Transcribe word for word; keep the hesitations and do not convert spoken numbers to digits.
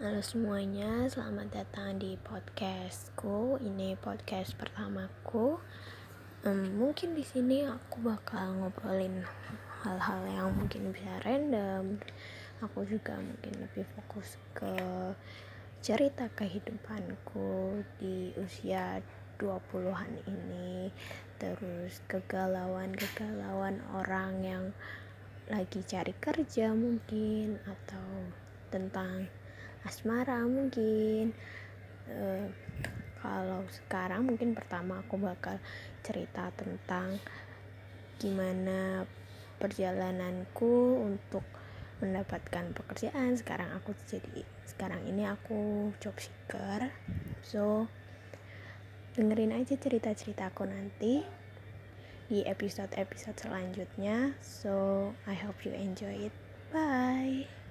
Halo semuanya, selamat datang di podcastku. Ini podcast pertamaku. Um, mungkin di sini aku bakal ngobrolin hal-hal yang mungkin bisa random. Aku juga mungkin lebih fokus ke cerita kehidupanku di usia dua puluhan ini. Terus kegalauan-kegalauan orang yang lagi cari kerja mungkin, atau tentang asmara mungkin. uh, Kalau sekarang mungkin pertama aku bakal cerita tentang gimana perjalananku untuk mendapatkan pekerjaan. Sekarang aku jadi sekarang ini aku job seeker. So dengerin aja cerita-ceritaku nanti di episode-episode selanjutnya. So I hope you enjoy it. Bye.